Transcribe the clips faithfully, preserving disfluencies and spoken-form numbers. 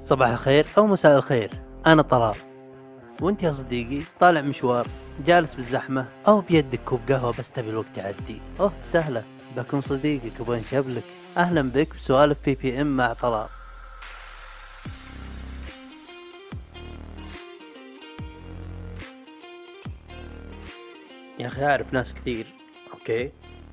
صباح الخير أو مساء الخير، أنا طلال، وأنت يا صديقي طالع مشوار، جالس بالزحمة أو بيدك كوب قهوة بس تبي الوقت يعدي. أوه سهلة، بكون صديقك وبنشبلك. أهلا بك بسوالف بي بي إم مع طلال. يا أخي أعرف ناس كثير أوكي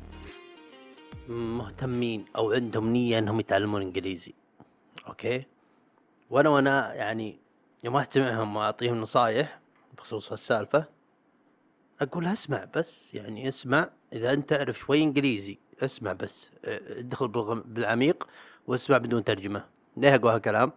مهتمين أو عندهم نية أنهم يتعلمون إنجليزي أوكي، وأنا وأنا يعني يوم واحد سمعهم وأعطيهم نصايح بخصوص هالسالفة أقول اسمع بس، يعني اسمع، إذا أنت تعرف شوي إنجليزي اسمع بس، اه، ادخل بالغم- بالعميق واسمع بدون ترجمة. ليه أقول هالكلام؟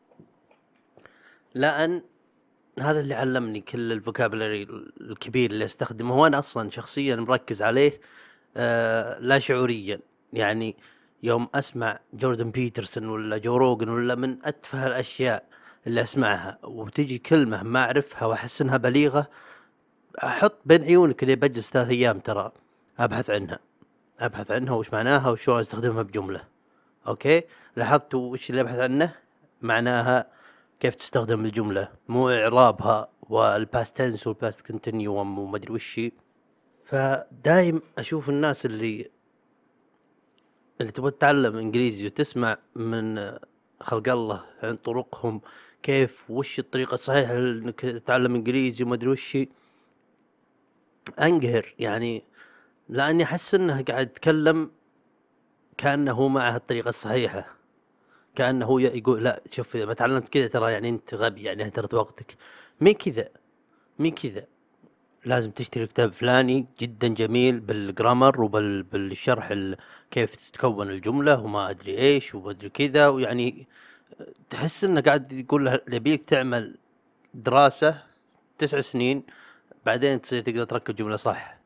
لأن هذا اللي علمني كل الفوكابلري الكبير اللي استخدمه، وأنا أصلا شخصيا مركز عليه آه لا شعوريا. يعني يوم أسمع جوردن بيترسون ولا جو روجن ولا من أتفه الأشياء اللي أسمعها وتجي كلمة ما أعرفها وأحس إنها بليغة، أحط بين عيونك اللي بجلس ثلاث أيام ترى أبحث عنها ابحث عنها وش معناها وشلون استخدمها بجملة. اوكي، لاحظت وش اللي ابحث عنه؟ معناها كيف تستخدم الجملة، مو اعرابها والباست تنس والباست كونتينيوم وما ادري وشي. فدايم اشوف الناس اللي اللي تبغى تتعلم انجليزي وتسمع من خلق الله عن طرقهم، كيف وش الطريقة الصحيحة انك تتعلم انجليزي وما ادري وشي، انقهر يعني، لاني احس انه قاعد يتكلم كأنه معه الطريقة الصحيحة، كأنه هو يقول لا شوف إذا ما تعلمت كذا ترى يعني أنت غبي، يعني هدرت وقتك. مي كذا، مي كذا، لازم تشتري كتاب فلاني جدا جميل بالجرامر وبالشرح ال... كيف تتكون الجملة وما أدري إيش وما أدري كذا، ويعني تحس إنه قاعد يقول له يبيك تعمل دراسة تسع سنين بعدين تصير تقدر تركب جملة صح.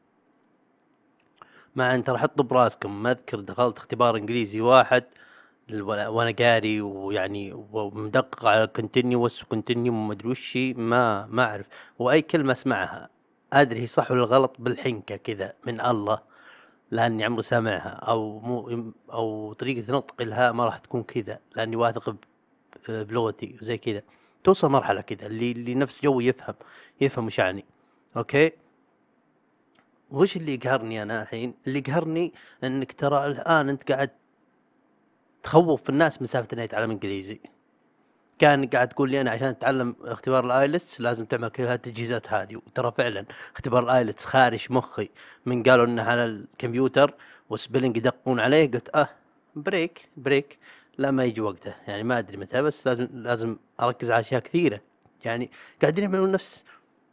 مع أن ترى حطوا براسكم، ما أذكر دخلت اختبار إنجليزي واحد وانا قاري ويعني ومدقق على كونتينيوس وكونتينيوم وما ادري وشي، ما ما اعرف، واي كلمه اسمعها ادري هي صح ولا غلط بالحنكه كذا من الله، لاني عمري سامعها، او مو او طريقه نطق الهاء ما راح تكون كذا لاني واثق بلغتي وزي كذا. توصل مرحله كذا اللي اللي نفس جوي يفهم يفهم وش يعني. اوكي، وش اللي يقهرني انا الحين؟ اللي يقهرني انك ترى الان انت قاعد تخوف الناس من سالفه انه يتعلم انجليزي. كان قاعد تقول لي انا عشان اتعلم اختبار الايلتس لازم تعمل كل هالتجهيزات هذه، وترى فعلا اختبار الايلتس خارج مخي من قالوا انه على الكمبيوتر وسبيلنج يدقون عليه، قلت اه بريك بريك، لا ما يجي وقته، يعني ما ادري متى، بس لازم لازم اركز على اشياء كثيره. يعني قاعدين يعملون نفس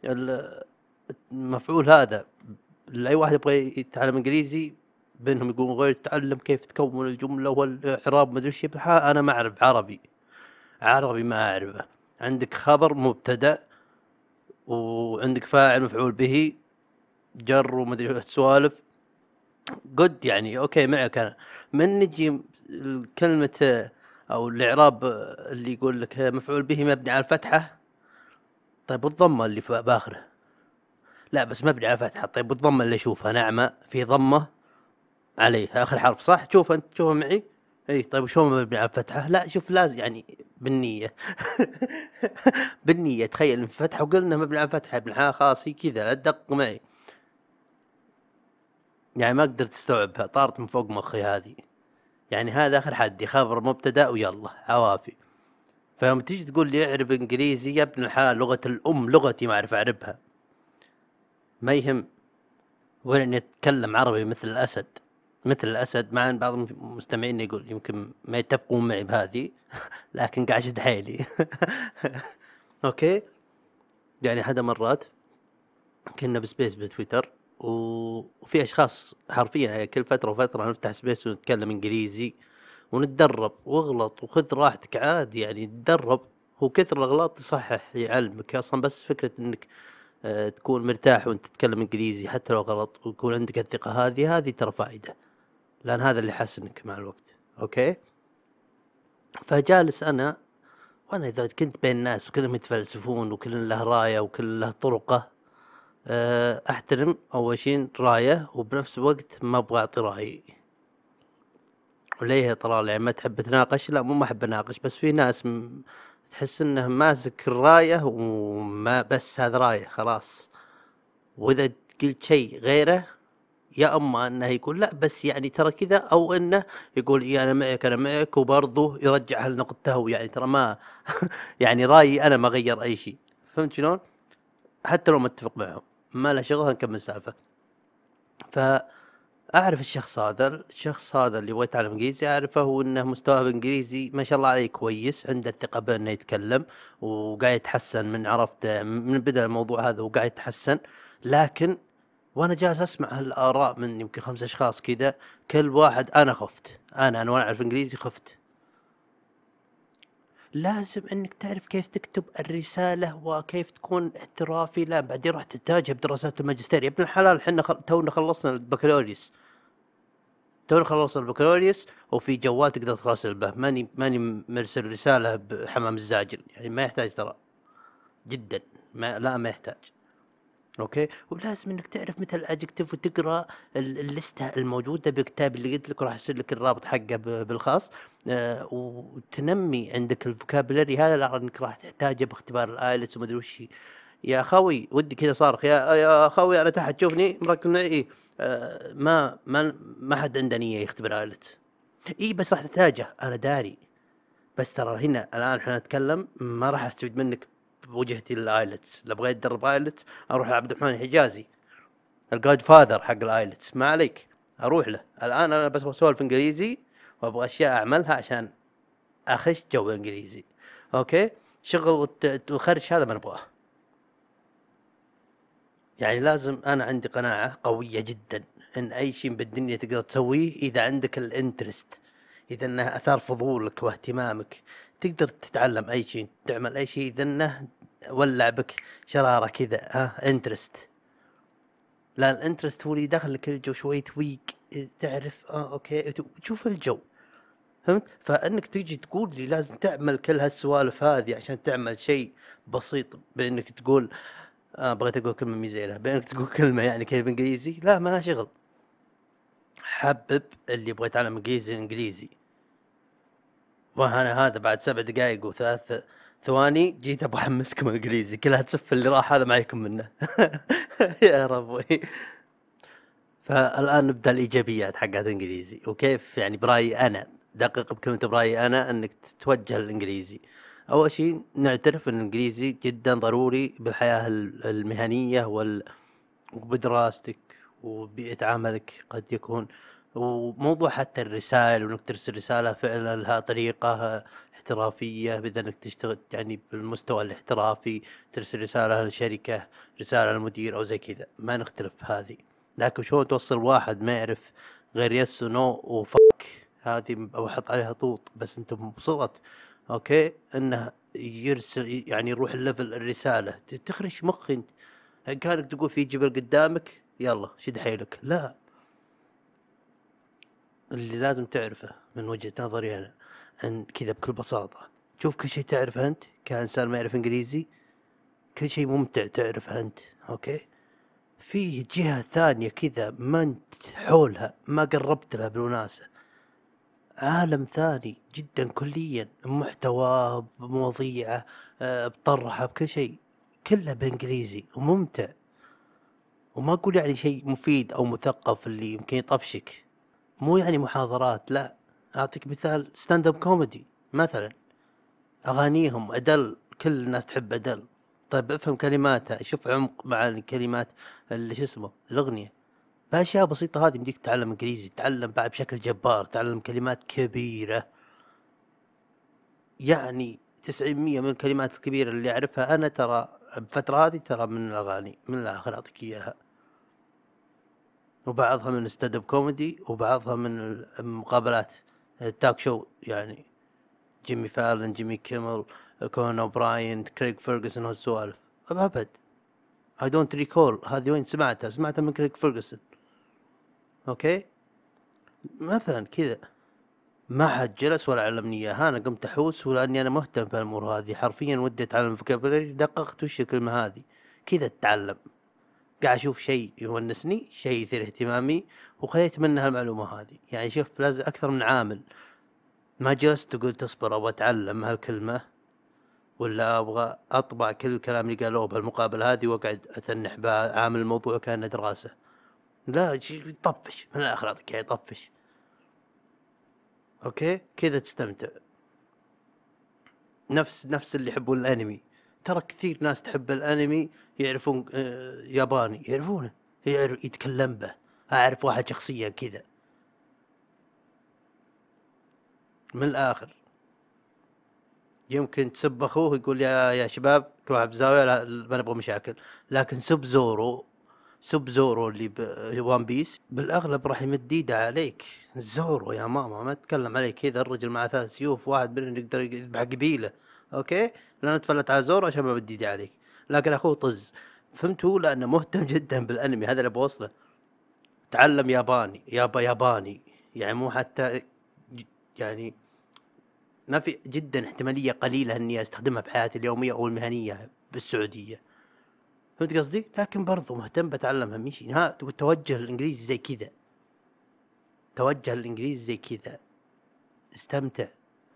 المفعول هذا لاي واحد يبغى يتعلم انجليزي، بينهم يقولون غير تعلم كيف تكون الجمله والاعراب ما ادري ايش. انا ما اعرف عربي، عربي ما أعرفه. عندك خبر مبتدأ وعندك فاعل مفعول به جر ومدري سوالف قد يعني أوكي معك أنا. من نجي الكلمة أو الإعراب اللي يقول لك مفعول به مبني على الفتحة، طيب والضمة اللي في باخره لا بس مبني على الفتحة، طيب والضمة اللي أشوفها ناعمة في ضمة عليه آخر حرف صح؟ تشوف أنت تشوفها معي؟ اي طيب وشلون مبني على الفتحة؟ لا شوف لازم يعني بالنية بالنية، تخيل الفتحة وقلنا مبني على الفتحة ابن حلال خلاص هي كذا، لا تدقق معي، يعني ما قدرت استوعبها، طارت من فوق مخي هذه. يعني هذا اخر حدي، خبر مبتدأ ويلا عوافي. فيوم تيجي تقول لي اعرب انجليزي يا ابن الحلال، لغة الام لغتي ما اعرف اعربها، ما يهم، وين اني اتكلم عربي مثل الاسد، مثل الاسد، مع ان بعض المستمعين يقول يمكن ما يتفقون معي بهذه لكن قاعد اشد حيلي اوكي. يعني حدا مرات كنا بسبيس بتويتر وفي اشخاص حرفيا يعني كل فتره وفتره نفتح سبيس ونتكلم انجليزي ونتدرب، واغلط وخذ راحتك عادي، يعني تدرب، هو كثر الاغلاط يصحح يعلمك اصلا، بس فكره انك آه تكون مرتاح وانت تتكلم انجليزي حتى لو غلط ويكون عندك الثقه هذه هذه ترى فائده، لان هذا اللي حسنك مع الوقت. اوكي، فجالس انا وانا اذا كنت بين الناس وكلهم يتفلسفون وكل له رايه وكل له طرقه، احترم اول شيء رايه وبنفس الوقت ما ابغى اعطي رايي. وليه طلال يعني ما تحب تناقش؟ لا مو ما احب اناقش، بس في ناس م... تحس إنه ماسك الراية وما بس هذا راية خلاص، وإذا قلت شيء غيره يا أما إنه يقول لأ بس يعني ترى كذا، أو إنه يقول إيه أنا معك أنا معك وبرضه يرجعها لنقطته، ويعني ترى ما يعني رأيي أنا ما غير أي شيء، فهمت شلون؟ حتى لو متفق معهم ما له شغل نكمل سالفة. فأعرف الشخص هذا الشخص هذا اللي يبغى يتعلم إنجليزي، أعرفه وإنه مستواه بالإنجليزي ما شاء الله عليه كويس، عنده الثقة بأنه يتكلم وقاعد يتحسن من عرفته من بدأ الموضوع هذا وقاعد يتحسن. لكن وانا جالس اسمع هالاراء من يمكن خمس اشخاص كذا، كل واحد انا خفت، انا انا وانا اعرف انجليزي خفت. لازم انك تعرف كيف تكتب الرسالة وكيف تكون احترافي. لا بعدين رحت تتاجه بدراسات الماجستير. يا ابن الحلال حنا خل... تونا خلصنا البكالوريوس، تونا خلصنا البكالوريوس وفي جوال تقدر تراسل به، ماني ماني مرسل رسالة بحمام الزاجل، يعني ما يحتاج ترى جدا، ما لا ما يحتاج. اوكي، ولازم انك تعرف مثل الادجكتيف وتقرا اللستة الموجوده بالكتاب اللي قلت لك، راح ارسل لك الرابط حقه بالخاص. آه وتنمي عندك الفوكابلري هذا لانك راح تحتاجه باختبار الايلتس وما ادري وش. يا اخوي ودي كذا صارخ، يا يا اخوي انا تحت شوفني مركز معي. إيه آه ما ما ما حد عنده نيه يختبر ايلتس. اي بس راح تحتاجه انا داري، بس ترى هنا الان احنا نتكلم ما راح استفيد منك بوجهتي للايلتس. لو بغيت اتدرب ايلتس اروح لعبد الرحمن الحجازي الجاد فاذر حق الايلتس، ما عليك اروح له. الان انا بس بسولف انجليزي وابغى اشياء اعملها عشان اخش جو انجليزي. اوكي، شغل الخرج هذا ما نبغاه. يعني لازم انا عندي قناعة قوية جدا ان اي شيء بالدنيا تقدر تسويه اذا عندك الانترست، اذا انه اثار فضولك واهتمامك تقدر تتعلم اي شيء تعمل اي شيء، اذا انه ولع بك شرارة كذا ها انترست. لا الانترست هو اللي يدخلك الجو شوي تويق، تعرف اه اوكي تشوف الجو، فهمت؟ فانك تيجي تقول لي لازم تعمل كل هالسوالف هذه عشان تعمل شيء بسيط، بانك تقول آه بغيت اقول كلمه مي زينه، بانك تقول كلمه يعني كيف انجليزي، لا ما لها شغل. حبب اللي يبغى يتعلم انجليزي انجليزي. وانا هذا بعد سبع دقائق وثلاث ثواني جيت ابغى احمسكم انجليزي، كلها تسف اللي راح هذا ما يكون منه. يا ربي. فالان نبدا الايجابيات حقت الانجليزي وكيف يعني برايي انا، دقق بكلمه برايي انا انك تتوجه للانجليزي. اول شيء نعترف ان الانجليزي جدا ضروري بالحياه المهنيه وال وبدراستك وبيئة عملك قد يكون. وموضوع حتى الرسائل وانك ترسل رسالة فعلا لها طريقة احترافية، بدل انك تشتغل يعني بالمستوى الاحترافي ترسل رسالة للشركة، رسالة للمدير او زي كذا، ما نختلف بهذه. لكن شلون توصل واحد ما يعرف غير يس ونو وفك، هذه او احط عليها طوط بس انت وصلت اوكي انه يرسل يعني يروح الليفل الرسالة تخرج مخ انت. كانك تقول في جبل قدامك يلا شد حيلك، لا. اللي لازم تعرفه من وجهة نظري انا ان كذا بكل بساطة، شوف كل شيء تعرفه انت كإنسان ما يعرف انجليزي، كل شيء ممتع تعرفه انت اوكي. في جهة ثانية كذا ما انت حولها ما قربت لها بالوناسة، عالم ثاني جدا كليا، محتواه بمواضيعه آه، بطرحه بكل شيء كله بانجليزي وممتع. وما اقول يعني شيء مفيد او مثقف اللي يمكن يطفشك، مو يعني محاضرات، لا. اعطيك مثال ستاند اب كوميدي مثلا، اغانيهم ادل، كل الناس تحب ادل. طيب افهم كلماتها، شوف عمق مع الكلمات اللي شو اسمه الاغنيه. باشياء بسيطه هذه بديك تتعلم انجليزي، تتعلم بعد بشكل جبار، تعلم كلمات كبيره. يعني تسعين مية من الكلمات الكبيره اللي اعرفها انا ترى بفتره هذه ترى من الاغاني، من الاخر اعطيك اياها. وبعضها من ستاند اب كوميدي وبعضها من المقابلات التاك شو، يعني جيمي فالن، جيمي كيمل، كون اوبراين، كريغ فيرغسون والسوالف. ابد اي دونت ريكول هذه وين سمعتها، سمعتها من كريغ فيرغسون اوكي مثلا كذا. ما حد جلس ولا علمني اياها، انا قمت احوس ولاني انا مهتم بالامور هذه حرفيا، ودي اتعلم فوكابولري، دققت وش الكلمه هذه كذا تتعلم. قاعد اشوف شيء يونسني، شيء يثير اهتمامي، وخذيت منها المعلومه هذه. يعني شوف لازم اكثر من عامل، ما جلست وقلت اصبر ابغى اتعلم هالكلمه ولا ابغى اطبع كل الكلام اللي قالوه بهالمقابله هذه واقعد اتنح بها عامل الموضوع كانه دراسه. لا، شيء يطفش من الاخر، اعطيك اياه يطفش. اوكي كذا تستمتع. نفس نفس اللي يحبون الانمي، ترى كثير ناس تحب الانمي يعرفون آه ياباني، يعرفونه، يعرف يتكلم به. اعرف واحد شخصيا كذا من الاخر، يمكن تسب اخوه يقول يا يا شباب كل واحد بزاويه، لا ما نبغى مشاكل، لكن سب زورو، سب زورو اللي بوان بيس بالاغلب راح يمد ايده عليك. زورو يا ماما ما تتكلم عليك كذا، الرجل مع ثلاث سيوف، واحد منهم يقدر يذبح قبيله. اوكي لا نتفلت على زورو عشان ما بدي ايدي عليك، لكن اخوه طز. فهمتوا؟ لانه مهتم جدا بالانمي، هذا اللي بوصله. تعلم ياباني، يابا ياباني، يعني مو حتى يعني ما في جدا احتماليه قليله اني استخدمها بحياتي اليوميه او المهنيه بالسعوديه. فهمت قصدي؟ لكن برضو مهتم بتعلمها. مشي ها توجه الانجليزي زي كذا، توجه الانجليزي زي كذا، استمتع،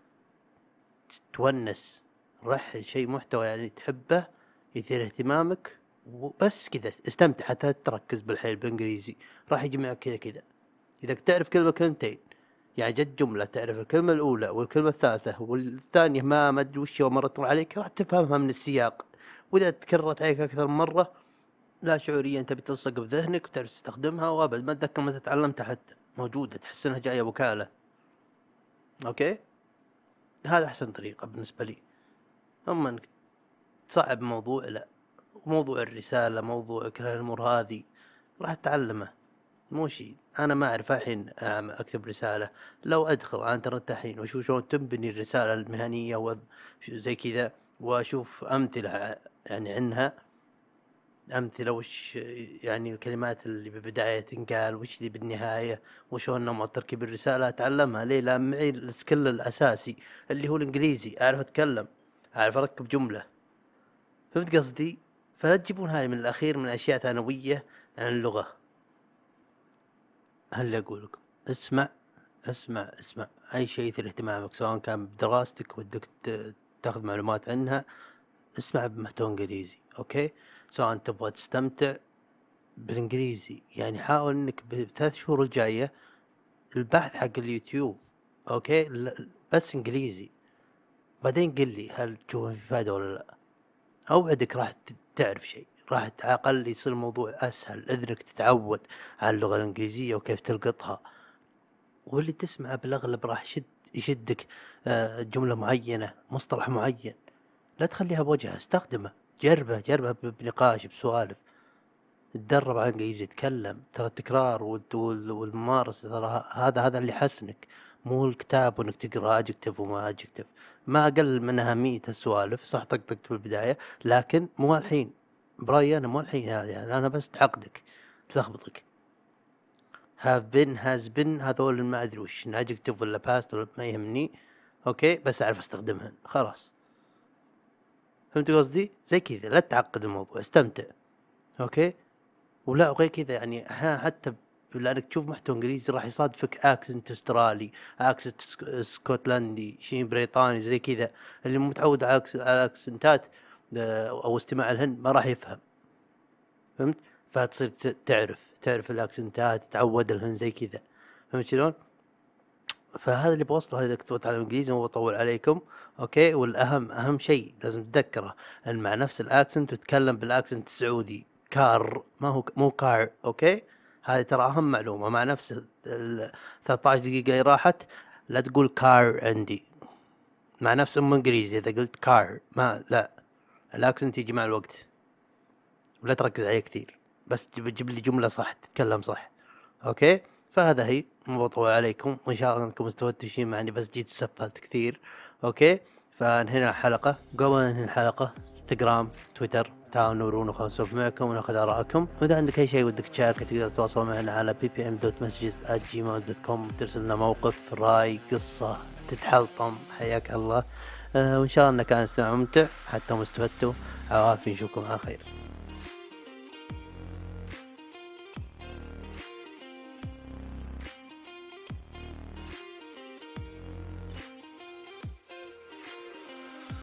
تونس، رح شيء محتوى يعني تحبه يثير اهتمامك وبس كذا استمتع، حتى تركز بالحيل بالانجليزي راح يجي معك كذا كذا. اذا تعرف كلمه كلمتين، يعني جت جمله تعرف الكلمه الاولى والكلمه الثالثه والثانيه ما ما ادري وش مرت عليك، راح تفهمها من السياق. واذا تكررت عليك اكثر من مره لا شعوريا انت بتلصق بذهنك وتعرف تستخدمها، وابد ما تذكر متى تعلمتها، حتى موجوده تحس انها جايه وكاله. اوكي هذا احسن طريقه بالنسبه لي. اما انك تصعب موضوع، لا. موضوع الرساله، موضوع كل الامور هذه راح تتعلمه، مو شيء. انا ما اعرف الحين اكتب رساله، لو ادخل على الانترنت الحين واشوف شلون تنبني الرساله المهنيه وزي كذا، واشوف امثله يعني عنها، أمثلة وش يعني الكلمات اللي بالبداية تنقال وش اللي بالنهاية وشون نمط تركيب الرسالة، أتعلمها. ليه؟ لأن معي السكيل الأساسي اللي هو الإنجليزي، أعرف أتكلم، أعرف أركب جملة. فهمت قصدي؟ فلا تجيبون هاي من الأخير من أشياء ثانوية عن اللغة. هل أقول لكم اسمع اسمع اسمع أي شيء يثير اهتمامك، سواء كان بدراستك ودك تاخذ معلومات عنها، اسمع بمحتوى إنجليزي. أوكي سواء تبغى تستمتع بالانجليزي، يعني حاول انك بثلاث شهور الجاية البحث حق اليوتيوب اوكي بس انجليزي، بعدين قل لي هل تشوف في فائدة ولا لا. اوعدك راح تعرف شيء، راح على الاقل يصير الموضوع اسهل، اذنك تتعود على اللغة الانجليزية وكيف تلقطها. واللي تسمعه بالاغلب راح يشد يشدك جملة معينة، مصطلح معين، لا تخليها بوجهها، استخدمه، جربه جربه بنقاش بسوالف، تدرب على الانجليزي، تتكلم. ترى التكرار والممارسة ترى هذا هذا اللي يحسنك، مو الكتاب وانك تقرا اجكتف وما اجكتف. ما اقل من اهمية السوالف، صح طقطقت بالبداية لكن مو الحين، برايي انا مو الحين هذا، يعني انا بس تعقدك تلخبطك. have been has been هذول ما ادري وش adjective ولا past ولا ما يهمني، اوكي بس اعرف استخدمهن خلاص. فهمت قصدي؟ زي كذا لا تعقد الموضوع، استمتع. اوكي ولا غير كذا، يعني احيانا حتى لانك تشوف محتوى انجليزي راح يصادفك اكسنت استرالي، اكسنت سكوتلندي، شيء بريطاني زي كذا، اللي متعود على الاكسنتات او استماع الهند ما راح يفهم. فهمت؟ فتصير تعرف تعرف الاكسنتات، تتعود الهند زي كذا. فهمت شلون؟ فهذا اللي بوصله اذا كنت بتعلم انجليزي، مو بطول عليكم. اوكي والاهم اهم شيء لازم تتذكره ان مع نفس الاكسنت تتكلم بالاكسنت السعودي، كار ما هو مو كار. اوكي هذه ترى اهم معلومه، مع نفس ال ثلاثة عشر دقيقه اللي راحت لا تقول كار عندي، مع نفس ام انجليزي اذا قلت كار ما لا، الاكسنت يجي مع الوقت، ولا تركز عليه كثير، بس جيب لي جمله صح تتكلم صح. اوكي فهذا هي، مو بطول عليكم، وان شاء الله انكم استفدتوا شيء معني، بس جيت سفلت كثير. اوكي فانهينا الحلقه. قبل ننهي الحلقه انستغرام تويتر تعالوا نورونا وخلنا نسولف معكم وناخذ ارائكم، واذا عندك اي شيء ودك تشاركه تقدر تتواصل معنا على بي بي ام دوت مسجز آت جيميل دوت كوم، ترسل لنا موقف، راي، قصه، تتحلطم، حياك الله. أه وان شاء الله انه كان استماع ممتع حتى استفدتوا. عوافي نشوفكم على خير.